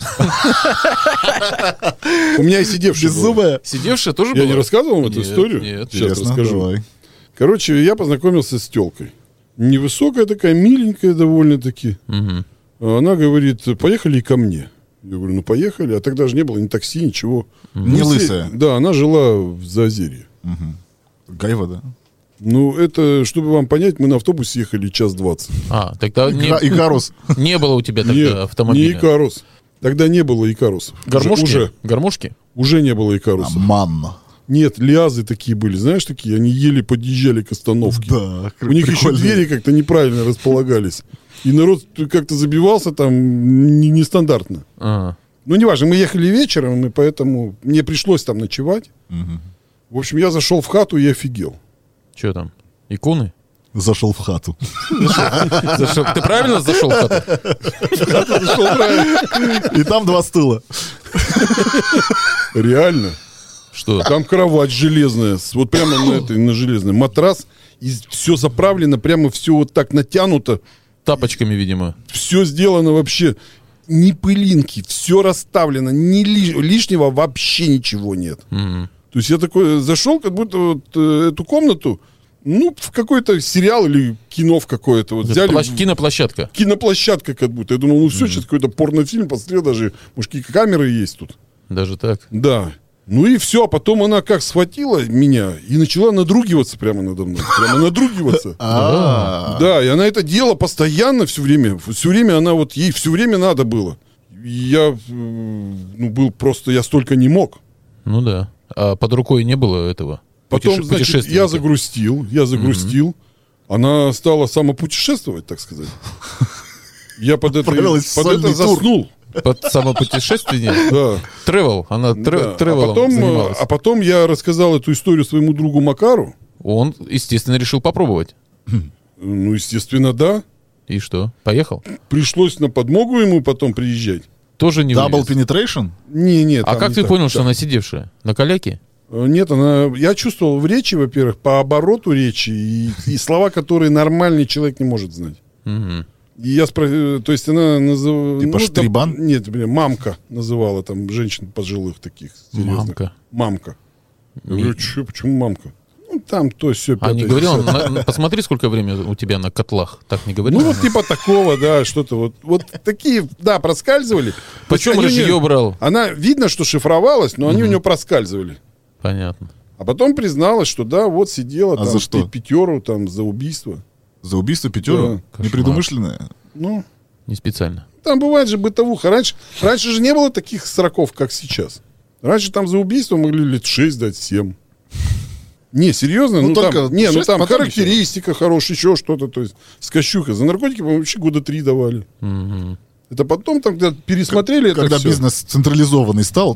У меня и сидевший был. Беззубая? Сидевшая тоже Я была? не рассказывал вам эту Нет, историю? нет. Сейчас Интересно, расскажу. давай. Короче, я познакомился с телкой. Невысокая такая, миленькая довольно-таки. Мгм. Она говорит, поехали и ко мне. Я говорю, ну поехали. А тогда же не было ни такси, ничего. Не Ну, лысая. все- Да, она жила в Заозерье. Мгм. Гайва, да? Ну, это, чтобы вам понять, мы на автобусе ехали час двадцать. А, тогда не, Ика- Икарус. не было у тебя Нет, тогда не автомобиля. Икарус. Тогда не было Икарусов. Гармошки? Уже, уже, Гармошки? уже не было Икарусов. Манна. Нет, лиазы такие были, знаешь, такие, они еле подъезжали к остановке. Да. У них еще прикольно. двери как-то неправильно располагались. И народ как-то забивался там не- нестандартно. А, Ну, неважно, мы ехали вечером, и поэтому мне пришлось там ночевать. Мгм. В общем, я зашел в хату и офигел. что там? Иконы? Зашел в хату. Зашел- Ты правильно зашел в хату? И там два стула. Реально. Что? Там кровать железная, с- вот прямо на этой, на железной. Матрас, и все заправлено, прямо все вот так натянуто. Тапочками, видимо. Все сделано вообще. Ни пылинки, все расставлено, ни лиш- лишнего вообще ничего нет. М. То есть я такой зашел, как будто вот э, эту комнату, ну, в какой-то сериал или кино в какое-то. Вот взяли. Площ- Киноплощадка. Киноплощадка как будто. Я думал, ну все, сейчас какой-то порнофильм, посмотрел даже, может, какие камеры есть тут. Даже так. Да. Ну и все, а потом она как схватила меня и начала надругиваться прямо надо мной. Прямо надругиваться. А. Да, и она это делала постоянно все время. Все время она вот, ей все время надо было. И я, э, ну, был просто, я столько не мог. Ну да. А под рукой не было этого? Потом, Путеше- значит, путешественника? я загрустил, я загрустил. Она стала самопутешествовать, так сказать. Я под это, Отправилась в под это сольный тур. заснул. Под самопутешествие? Да. Тревел. Она Да. тре- А, тревелом потом, э, занималась. а потом я рассказал эту историю своему другу Макару. Он, естественно, решил попробовать. Ну, естественно, да. И что? Поехал? Пришлось на подмогу ему потом приезжать. Тоже не Double вылез. penetration? Не, нет. А там как не ты так. понял, что Так. она сидевшая? На коляке? Нет, она, я чувствовал в речи, во-первых, по обороту речи и, и слова, которые нормальный человек не может знать. Мгм. И я спрашиваю, то есть она называла... Типа штрибан? Там, нет, блин, мамка называла там женщин пожилых таких. Серьезных. Мамка. Мамка. Я Не- говорю, что, почему мамка? Ну, там то, все, А не говорил, он, на- на- посмотри, сколько времени у тебя на котлах. Так не говорил? Ну, вот типа такого, да, что-то вот. Вот такие, да, проскальзывали. Почему То есть они у ружье нее- брал? Она, видно, что шифровалась, но они у нее проскальзывали. Понятно. А потом призналась, что да, вот сидела А там за что? пи- пятеру там за убийство. За убийство пятеру? Да. Непредумышленное? Ну, Не специально. там бывает же бытовуха. Раньше, раньше же не было таких сроков, как сейчас. Раньше там за убийство могли лет шесть дать, семь. Не, серьезно? Ну, Ну, только там, не, ну шесть, там потом характеристика хорошая, еще что-то. То есть с кощухой. За наркотики, по-моему, вообще года три давали. Мгм. Это потом там когда пересмотрели это Когда всё. бизнес централизованный стал,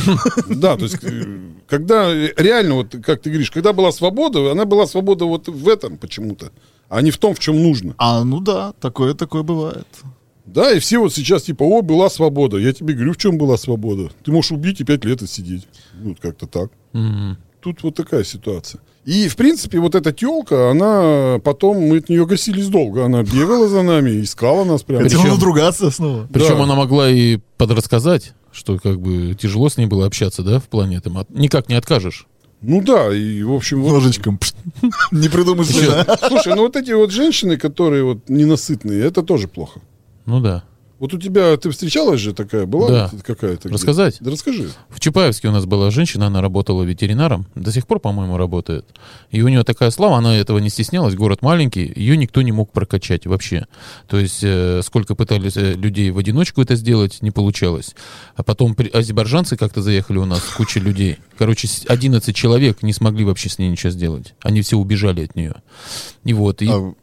Да, то есть, э, когда э, реально, вот как ты говоришь, когда была свобода, она была свобода вот в этом почему-то, а не в том, в чем нужно. а ну да, такое такое бывает. Да, и все вот сейчас типа, о, была свобода. Я тебе говорю, в чем была свобода? Ты можешь убить и пять лет отсидеть. Ну, вот как-то так. Мгм. Тут вот такая ситуация. И, в принципе, вот эта телка, она потом, мы от нее гасились долго. Она бегала за нами, искала нас прямо. Хотел Причем- надругаться снова. Причем Да. она могла и подрассказать, что как бы тяжело с ней было общаться, да, в плане этом. От- Никак не откажешь. Ну да, и, в общем, вот... Ножичком. Не придумышленно. Слушай, ну вот эти вот женщины, которые вот ненасытные, это тоже плохо. Ну да. Вот у тебя, ты встречалась же такая, была Да. вот какая-то? где- Рассказать? Да расскажи. В Чапаевске у нас была женщина, она работала ветеринаром, до сих пор, по-моему, работает. И у нее такая слава, она этого не стеснялась, город маленький, ее никто не мог прокачать вообще. То есть э, сколько пытались э, людей в одиночку это сделать, не получалось. А потом при- азербайджанцы как-то заехали у нас, куча людей. Короче, с- одиннадцать человек не смогли вообще с ней ничего сделать. Они все убежали от нее. И вот, и, А,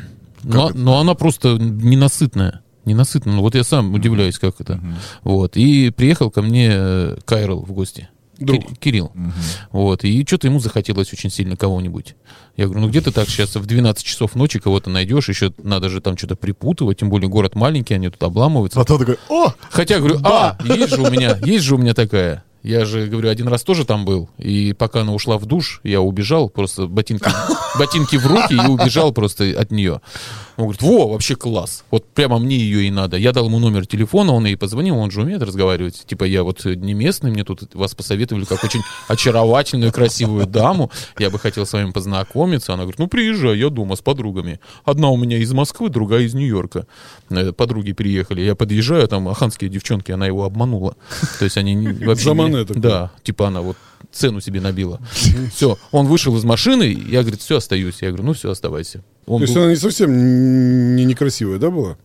но, это? но она просто ненасытная. Ненасытная. Ну, вот я сам удивляюсь, как это. Вот. И приехал ко мне э, Кайрл в гости. Друг. Ки- Кирилл. Вот. И что-то ему захотелось очень сильно кого-нибудь. Я говорю, ну где ты так сейчас в двенадцать часов ночи кого-то найдешь, еще надо же там что-то припутывать, тем более город маленький, они тут обламываются. Потом такой, о, Хотя, говорю, а, есть же у меня, есть же у меня такая. Я же, говорю, один раз тоже там был, и пока она ушла в душ, я убежал, просто ботинки, ботинки в руки и убежал просто от нее. Он говорит, во, вообще класс, вот прямо мне ее и надо. Я дал ему номер телефона, он ей позвонил, он же умеет разговаривать. Типа, я вот не местный, мне тут вас посоветовали как очень очаровательную, красивую даму, я бы хотел с вами познакомиться. Она говорит, ну приезжай, я дома с подругами. Одна у меня из Москвы, другая из Нью-Йорка. Э, Подруги приехали, я подъезжаю, там аханские девчонки, она его обманула. То есть они не- вообще... Замане не- такое. Да, типа она вот цену себе набила. Все, он вышел из машины, я, говорит, все, остаюсь. Я говорю, ну все, оставайся. Он То есть был- она не совсем не некрасивая, да, была?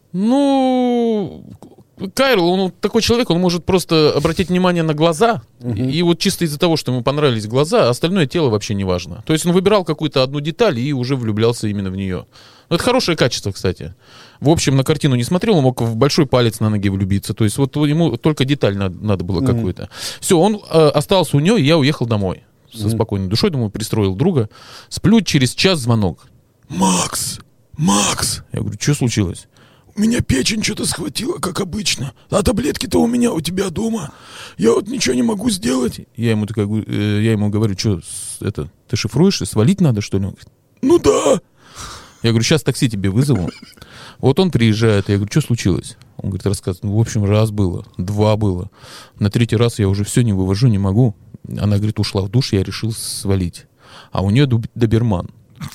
Ну, Кайрл, он вот такой человек, он может просто обратить внимание на глаза, и, и вот чисто из-за того, что ему понравились глаза, остальное тело вообще не важно. То есть он выбирал какую-то одну деталь и уже влюблялся именно в нее. Ну, это хорошее качество, кстати. В общем, на картину не смотрел, он мог в большой палец на ноге влюбиться. То есть вот ему только деталь надо, надо было какую-то. Все, он э, остался у нее, и я уехал домой. Со спокойной душой, думаю, пристроил друга. Сплю, через час звонок. Макс, Макс! Я говорю, что случилось? У меня печень что-то схватила, как обычно. А таблетки-то у меня у тебя дома. Я вот ничего не могу сделать. Я ему, такая, говорю, э, я ему говорю, что это, ты шифруешься, свалить надо, что ли? Он говорит, ну да. Я говорю, сейчас такси тебе вызову. Вот он приезжает, я говорю, что случилось? Он говорит, рассказывает, ну, в общем, раз было, два было. На третий раз я уже все не вывожу, не могу. Она, говорит, ушла в душ, я решил свалить. А у нее дуб- доберман.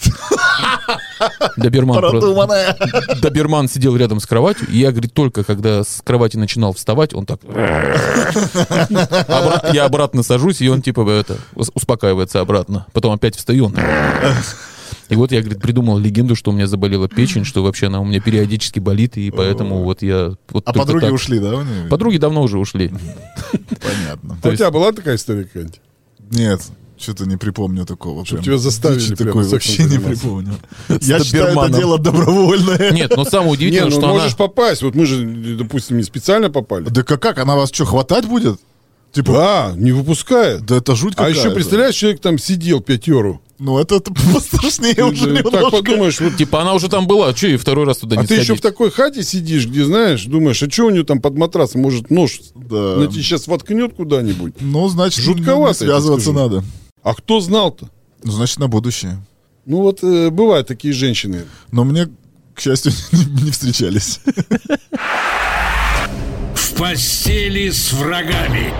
Доберман, про- продуманная. доберман сидел рядом с кроватью, и я, говорит, только когда с кровати начинал вставать, он так... Обра- Я обратно сажусь, и он типа это ус- успокаивается обратно. Потом опять встаю, он... И вот я, говорит, придумал легенду, что у меня заболела печень, что вообще она у меня периодически болит, и поэтому вот я... Вот А только подруги так. ушли, да, у нее? Подруги давно уже ушли. Понятно. А у тебя была такая история какая-нибудь? Нет, что-то не припомню такого. Чтоб прям. тебя заставили Дичи прям такой сексом вообще не заниматься. припомню. С Я считаю, это доберманом. дело добровольное. Нет, но самое Не, удивительное, ну что она... можешь попасть. Вот мы же, допустим, не специально попали. Да как, как, она вас что, хватать будет? Типа, Да, не выпускает. да это жуть А какая-то. еще, представляешь, человек там сидел пятеру. Ну это, это пострашнее уже Ты так немножко. подумаешь, вот, Типа она уже там была, что и второй раз туда а не ты еще в сходить? такой хате сидишь, где, знаешь, думаешь, а что у нее там под матрасом, может, нож Да. на тебя сейчас воткнет куда-нибудь? Ну, значит, Жутковато, не связываться я тебе надо. А кто знал-то? Ну, значит, на будущее. Ну вот э, бывают такие женщины. Но мне, к счастью, не, не встречались. В постели с врагами.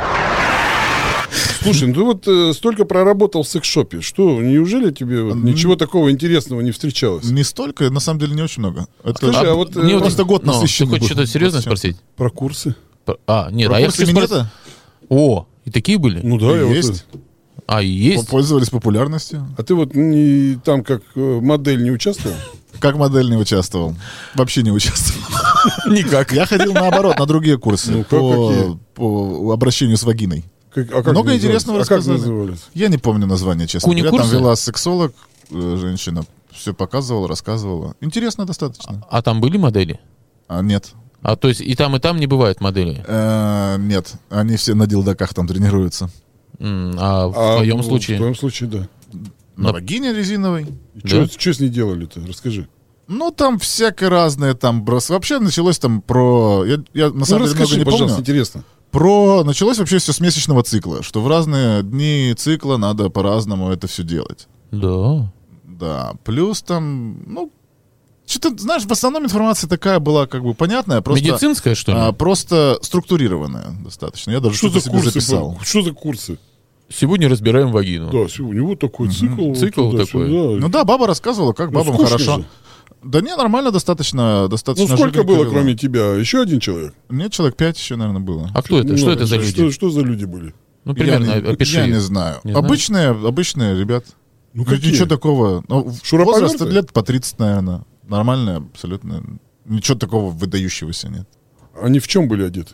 Слушай, ну ты вот э, столько проработал в секс-шопе. Что, неужели тебе вот, ничего такого интересного не встречалось? Не столько, на самом деле, не очень много. Это Скажи, а вот, э, Мне просто год ну, насыщенный Ты хочешь был. что-то серьезное Вот всё. спросить? Про курсы? Про- А, нет, Про а я курсы хочу спросить... минета О, и такие были? Ну да, я вот, есть. э, А, и есть? Пользовались популярностью. а ты вот не, там как э, модель не участвовал? Как модель не участвовал? Вообще не участвовал. Никак. Я ходил, наоборот, на другие курсы Ну, как, по, какие? по обращению с вагиной. Как, а как Много назывались? интересного А как рассказали. назывались? Я не помню название, честно говоря. Там Куни-курсы? вела сексолог, э, женщина, все показывала, рассказывала. Интересно достаточно. А там были модели? А нет. А то есть и там, и там не бывает моделей? Э, нет, они все на дилдаках там тренируются. М, А в А, твоем ну, случае? В твоем случае, да. На вагине резиновой. Да? Что с ней делали-то? Расскажи. Ну, там всякое разное, там брос. Вообще началось там про... Я, я на Ну, самом деле много расскажи, не пожалуйста, помню. интересно. Про... Началось вообще все с месячного цикла, что в разные дни цикла надо по-разному это все делать. Да. Да, плюс там, ну, что-то, знаешь, в основном информация такая была как бы понятная, просто... Медицинская, что ли? а, просто структурированная достаточно. Я даже Что что-то за себе курсы? записал. Что за курсы? Сегодня разбираем вагину. Да, у него такой цикл. Цикл туда, такой. сюда. Ну да, баба рассказывала, как Ну, бабам скучно хорошо. же. Да не, нормально достаточно, Ну, достаточно. сколько жиденько было, вела. кроме тебя? Еще один человек? Мне человек пять еще, наверное, было. А кто это? Ну, Что это за что- люди? Что, что за люди были? Ну, примерно, я не, опиши. я не знаю. Не знаю? обычные, обычные ребят. Ну, Ну, какие? ничего такого. Ну, Шуруповерты? возраст лет по тридцать, наверное. Нормальные, абсолютно. Ничего такого выдающегося нет. Они в чем были одеты?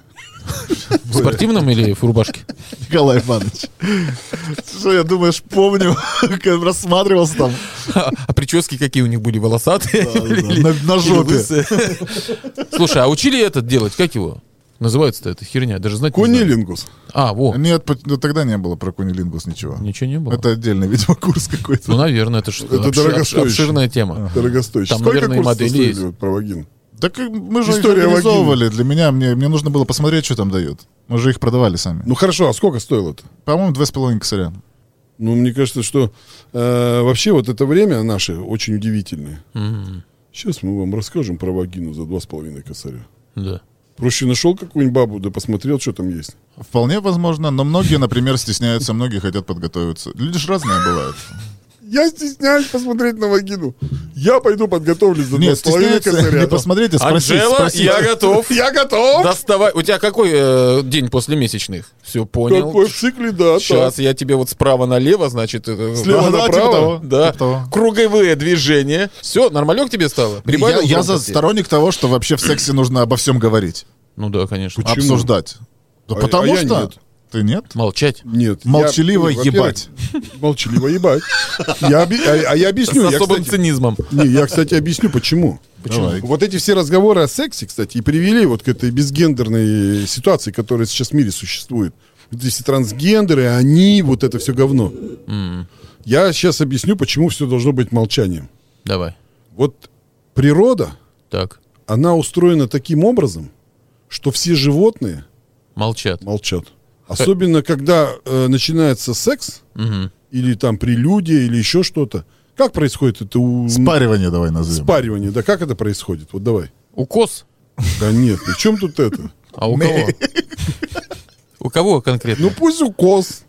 В спортивном или в рубашке? Николай Иванович. Что, я думаешь, помню, как рассматривался там А, а прически какие у них были? Волосатые? Или- на, на или жопе. лысые? Слушай, а учили этот делать? Как его? Называется-то эта херня? Даже знать не знаю. Конилингус. А, во. Нет, по- ну, тогда не было про кунилингус ничего. Ничего не было. Это отдельный, видимо, курс какой-то. Ну, наверное, это, ж Это обшир- дорогостоящий. обширная тема. Дорогостоящий. Там, Сколько наверное, и курсов модели стоили есть. вот про вагину? Так и мы же их История организовывали. Для меня, мне, мне нужно было посмотреть, что там дают. Мы же их продавали сами. Ну хорошо, а сколько стоило-то? По-моему, два с половиной косаря. Ну, мне кажется, что э, вообще вот это время наше очень удивительное. Мгм. Сейчас мы вам расскажем про вагину за два с половиной косаря. Да. Проще нашел какую-нибудь бабу, да посмотрел, что там есть. Вполне возможно, но многие, например, стесняются, многие хотят подготовиться. Люди же разные бывают. Я стесняюсь посмотреть на вагину. Я пойду подготовлюсь за два Нет, с половиной стесняются косаря. не посмотреть, а спросить. Анжела, спросить. я готов. Я готов. Доставай. У тебя какой э, день после месячных? Все, понял. Какой в цикле, да. Сейчас так. я тебе вот справа налево, значит, это, Слева Да, да, направо? типа того, да, типа того. круговые движения. Все, нормалек тебе стало? Я, Прибавил я за громкости? сторонник того, что вообще в сексе нужно обо всем говорить, Ну да, конечно. Почему? обсуждать. Да А- потому а я что... нет. Ты нет? Молчать. Нет. Молчаливо я, ну, во-первых, ебать. Молчаливо ебать. Я оби- а, а я объясню. С Я, особым кстати, цинизмом. не, я, кстати, объясню, почему. Давай. Вот эти все разговоры о сексе, кстати, и привели вот к этой безгендерной ситуации, которая сейчас в мире существует. Вот эти трансгендеры, они, вот это все говно. М, Я сейчас объясню, почему все должно быть молчанием. Давай. Вот природа, Так, она устроена таким образом, что все животные молчат. молчат. Особенно, когда э, начинается секс, Мгм. или там прелюдия, или еще что-то. Как происходит это у... Спаривание давай назовем. спаривание? Да как это происходит? Вот давай. Укос? Да нет, при чем тут это? А у кого? У кого конкретно? Ну пусть укос.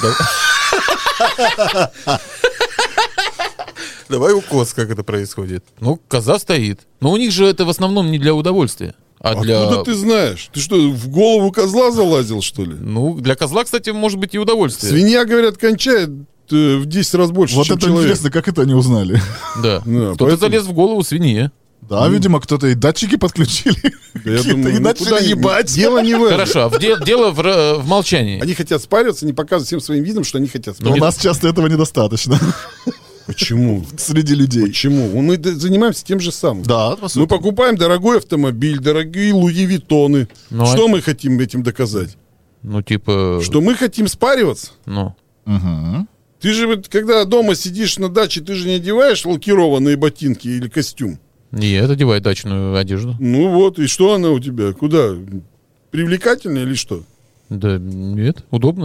Давай укос, как это происходит. Ну, коза стоит. Но у них же это в основном не для удовольствия, а для... Откуда ты знаешь? Ты что, в голову козла залазил, что ли? Ну, для козла, кстати, может быть и удовольствие. Свинья, говорят, кончает э, в десять раз больше, Вот чем это человек. интересно, как это они узнали. Да. Да, Кто-то поэтому- залез в голову свинье. Да, видимо, кто-то и датчики подключили. Да я Какие-то, думаю, и ну, начали куда ни- ебать. Дело не в этом. Хорошо, а в де- дело в, ра- в молчании. Они хотят спариваться, не показывают всем своим видом, что они хотят Но у спариваться. нас часто этого недостаточно Почему? среди людей. Почему? Мы д- занимаемся тем же самым. Да, по Мы сути. покупаем дорогой автомобиль, дорогие Луи Виттоны. Ну, Что а- мы хотим этим доказать? Ну, типа... Что мы хотим спариваться? Ну, Мгм. Ты же, вот, когда дома сидишь на даче, ты же не одеваешь лакированные ботинки или костюм. нет, одевай дачную одежду. Ну вот, и что она у тебя? Куда? Привлекательная или что? Да нет, удобно.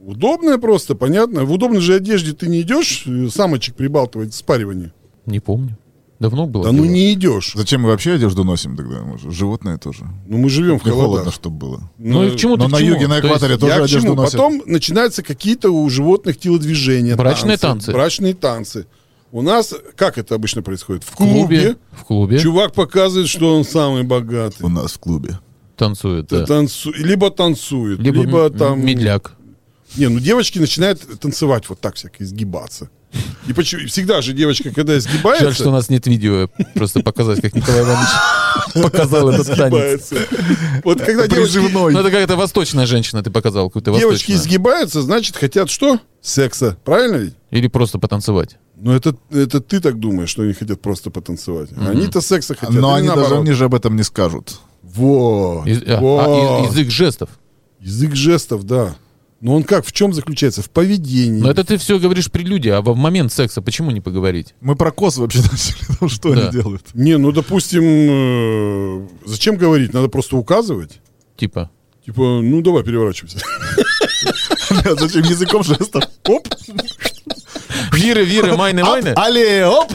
Удобная просто, понятно. В удобной же одежде ты не идешь самочек прибалтывать в спаривании? Не помню. Давно было. Да ну дело. не идешь. Зачем мы вообще одежду носим тогда? Может, животное тоже. Ну мы живем в Не холодно, холодах. чтобы было. Ну и к чему ты Но к на чему? юге, на То есть экваторе тоже Я к одежду чему? носят. Потом начинаются какие-то у животных телодвижения. Брачные танцы. Брачные танцы. У нас, как это обычно происходит? В В клубе. В клубе. Чувак показывает, что он самый богатый. У нас в клубе. Танцует, да. Танцу- Либо танцует, Либо, либо, м- там... медляк. Не, ну девочки начинают танцевать вот так всяко, изгибаться. И почему, всегда же девочка, когда изгибается... Жаль, что у нас нет видео, просто показать, как Николай Иванович показал этот танец. изгибается. Вот когда девочки, Ну, это какая-то восточная женщина, ты показал, какую-то девочки восточную. изгибаются, значит, хотят что? Секса. Правильно ведь? Или просто потанцевать. Ну, это, это ты так думаешь, что они хотят просто потанцевать. А Они-то секса хотят. Но или они даже, наоборот. они же об этом не скажут. Вот. Из- а, вот. а, из- язык жестов. Язык жестов, да. Но он как, в чем заключается? В поведении. Но это ты все говоришь прелюдия, а в момент секса почему не поговорить? Мы про кос вообще начали. Ну, что Да. они делают? Не, ну, допустим, э, зачем говорить? Надо просто указывать. Типа, Типа, ну, давай, переворачивайся. А зачем языком жестов? Оп! виры, виры, майны, майны, Але, оп!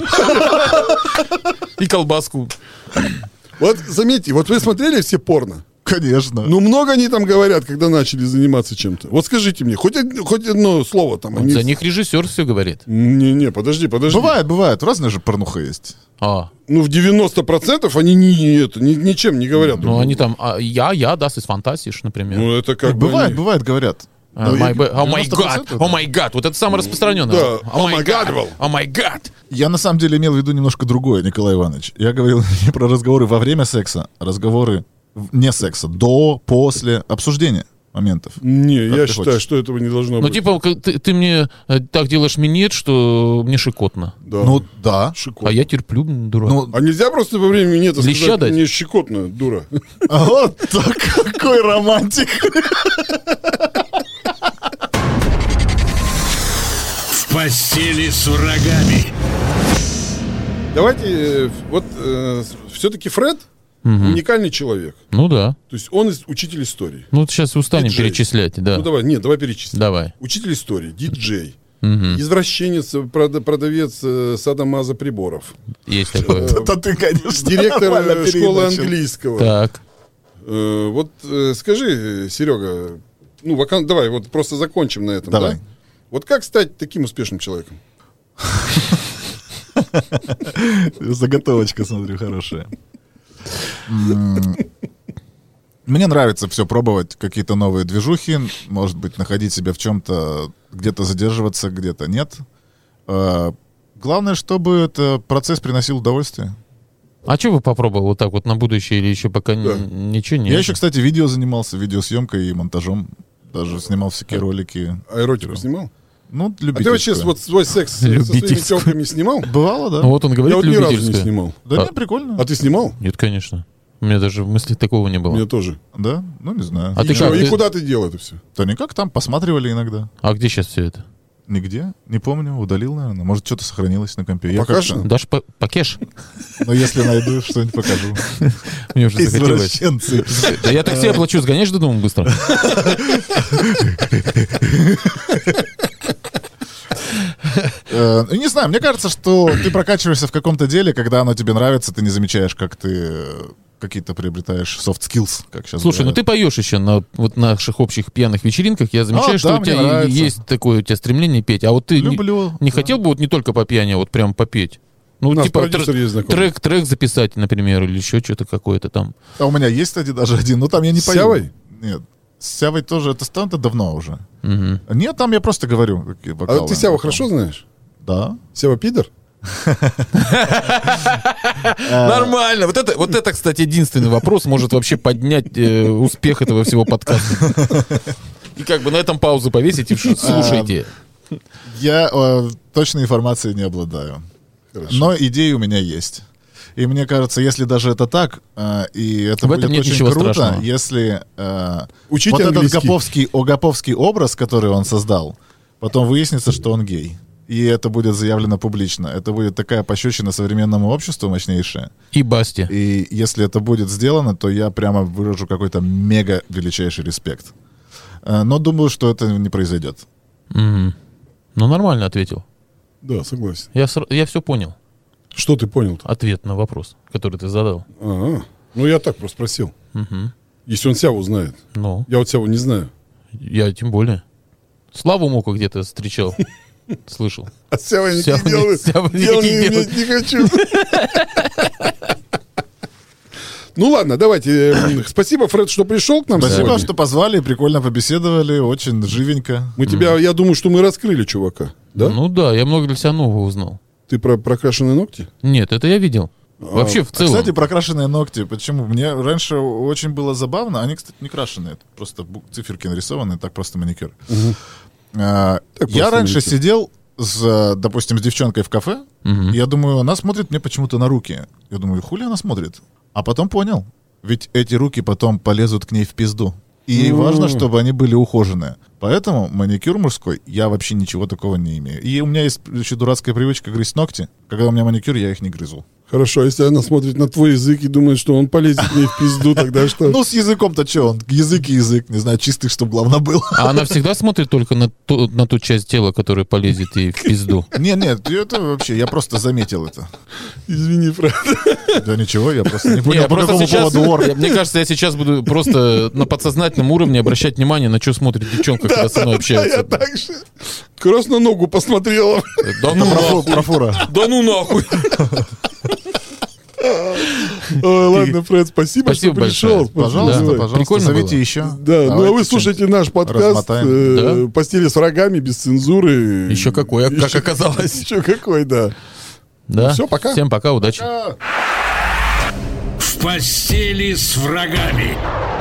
и колбаску. Вот заметьте, вот вы смотрели все порно? Конечно. Ну, много они там говорят, когда начали заниматься чем-то. Вот скажите мне, хоть, од- хоть одно слово там. они- За них режиссер все говорит. Не-не, подожди, подожди. Бывает, бывает. Разная же порнуха есть. А, Ну, в девяносто процентов они ни, ни это, ни- ничем не говорят. друг ну они другу. там, а, я, я, das ist fantastisch, например. Ну, это как бы Бывает, они- бывает, говорят. А, Ну, my и ba- О май девяносто гад, процентов, о май гад, вот это самое распространенное. Да, О oh май my гад, God. о май гад. Я на самом деле имел в виду немножко другое, Николай Иванович. Я говорил не про разговоры во время секса, а разговоры вне секса, до, после обсуждения моментов. Не, Как я ты считаю, хочешь? что этого не должно Ну быть. типа, к- ты, ты мне э, так делаешь минет, что мне шикотно. Да. Ну, да. Шикотно. А я терплю, м, дурак. Ну, А нельзя просто во время минета Леща сказать, дать? мне щекотно, дура. а вот так, какой романтик. В постели с врагами. Давайте, э, вот все-таки Фред уникальный человек. Ну да. То есть он из- учитель истории. Ну вот сейчас устанем Диджей. перечислять, да. Ну давай, нет, давай перечислим. Давай. Учитель истории, диджей, Мгм. извращенец, прода- продавец э, садомаза приборов, Есть такое. Это ты, конечно, директор нормально э, школы переначал. английского. Так. Э, Вот э, скажи, Серега, ну вакан- давай вот просто закончим на этом. Давай. Да? Вот как стать таким успешным человеком? Заготовочка, смотрю, хорошая. М, Мне нравится все пробовать, какие-то новые движухи, может быть, находить себя в чем-то, где-то задерживаться, где-то нет. А, Главное, чтобы этот процесс приносил удовольствие. А что вы попробовал вот так вот на будущее или еще пока ни- Да. ничего не? Я еще, кстати, видео занимался, видеосъемкой и монтажом. Даже снимал всякие ролики. А эротику снимал? Ну, А ты любительскую. вообще вот свой секс со своими Любительскую. телками снимал? Бывало, да? Ну вот он Я говорит вот ни разу не любительское. снимал. Да А- не, прикольно. А ты снимал? Нет, конечно. У меня даже мысли такого не У было. меня тоже. Да? Ну, не знаю. А и ты чё, как? и Ты- куда ты делал это все? Да никак, там посматривали иногда. А где сейчас все это? Нигде, не помню, удалил, наверное. Может, что-то сохранилось на компе. Я Покажешь? как-то- Дашь по- покеш? Но если найду, что-нибудь покажу. Мне уже захотелось. Извращенцы. Да я такси оплачу, сгоняешь до дома быстро? Э, Не знаю, мне кажется, что ты прокачиваешься в каком-то деле, когда оно тебе нравится, ты не замечаешь, как ты э, какие-то приобретаешь soft skills, как сейчас Слушай, ну говорят. ты поешь еще на вот наших общих пьяных вечеринках. Я замечаю, А, что да, у тебя мне нравится. есть такое у тебя стремление петь. А вот ты не, Люблю. не да. хотел бы вот не только по пьяни, а вот прям попеть? Ну, У нас типа продюсер тр- есть знакомый. трек, трек записать, например, или еще что-то какое-то там. А у меня есть, кстати, даже один, но там я не С пою. Сявой? Нет. С Сявой тоже, это ст- это давно уже. Мгм. Нет, там я просто говорю. Какие А вокалы. ты Сяву хорошо знаешь? Да. Сява пидор? Нормально. Вот это, вот это, кстати, единственный вопрос может вообще поднять э, успех этого всего подкаста. И как бы на этом паузу повесить и ш- слушайте. Я э, точной информацией не обладаю. Хорошо. Но идеи у меня есть. И мне кажется, если даже это так, э, и это В будет этом нет очень ничего круто, страшного. если э, Учите вот этот английский. гоповский, о, гоповский образ, который он создал, потом выяснится, что он гей. И это будет заявлено публично. Это будет такая пощечина современному обществу мощнейшая. И Басти. И если это будет сделано, то я прямо выражу какой-то мега величайший респект. Э, Но думаю, что это не произойдет. Мгм. Ну, нормально ответил. Да, согласен. Я, сра- я все понял. Что ты понял-то? Ответ на вопрос, который ты задал. А, ну я так просто спросил. Мгм. Если он Сяву знает. Ну, Я вот Сяву не знаю. я тем более. Славу Мока где-то встречал. Слышал. А Сява не Сява не- делает. Сява не Дел не делает. иметь не хочу. Ну ладно, давайте. э, Спасибо, Фред, что пришел к нам Спасибо, сегодня. что позвали, прикольно побеседовали, очень живенько. Мы тебя, я думаю, что мы раскрыли чувака. Да? Ну да, я много для себя нового узнал. Ты про прокрашенные ногти? Нет, это я видел. Вообще, в А, целом. Кстати, про крашеные ногти. Почему? Мне раньше очень было забавно. Они, кстати, не крашеные. Просто бу- циферки нарисованы, так просто маникюр. А, Так Я просто раньше маникюр. сидел, с, допустим, с девчонкой в кафе. Мгм. И я думаю, она смотрит мне почему-то на руки. Я думаю, хули она смотрит? А потом понял. Ведь эти руки потом полезут к ней в пизду. И ей М. важно, чтобы они были ухоженные. Поэтому маникюр мужской, я вообще ничего такого не имею. И у меня есть еще дурацкая привычка грызть ногти. Когда у меня маникюр, я их не грызу. Хорошо, а если она смотрит на твой язык и думает, что он полезет мне в пизду, тогда что? Ну, с языком-то что он? Язык и язык. Не знаю, чистый, чтобы главное был. А она всегда смотрит только на ту, на ту часть тела, которая полезет ей в пизду. Не, нет, это вообще, я просто заметил это. Извини, Фред. Да ничего, я просто не Не, понял, я по просто какому сейчас, поводу ор. я- мне кажется, я сейчас буду просто на подсознательном уровне обращать внимание, на что смотрит девчонка, когда со мной А я общается. так же. Как раз на ногу посмотрела. Да ну Профу- нахуй. Профура. Да ну нахуй. Ой, ладно, Фред, спасибо, Спасибо что пришел. большое. Пожалуйста, Да. пожалуйста, Прикольно зовите было. еще. Да, ну а Давайте вы слушайте наш подкаст размотаем. э, «Постели с врагами» без цензуры. Еще какой, а как Еще- оказалось. Еще какой, да. Да. Всё, пока. Всем пока, удачи. В постели с врагами.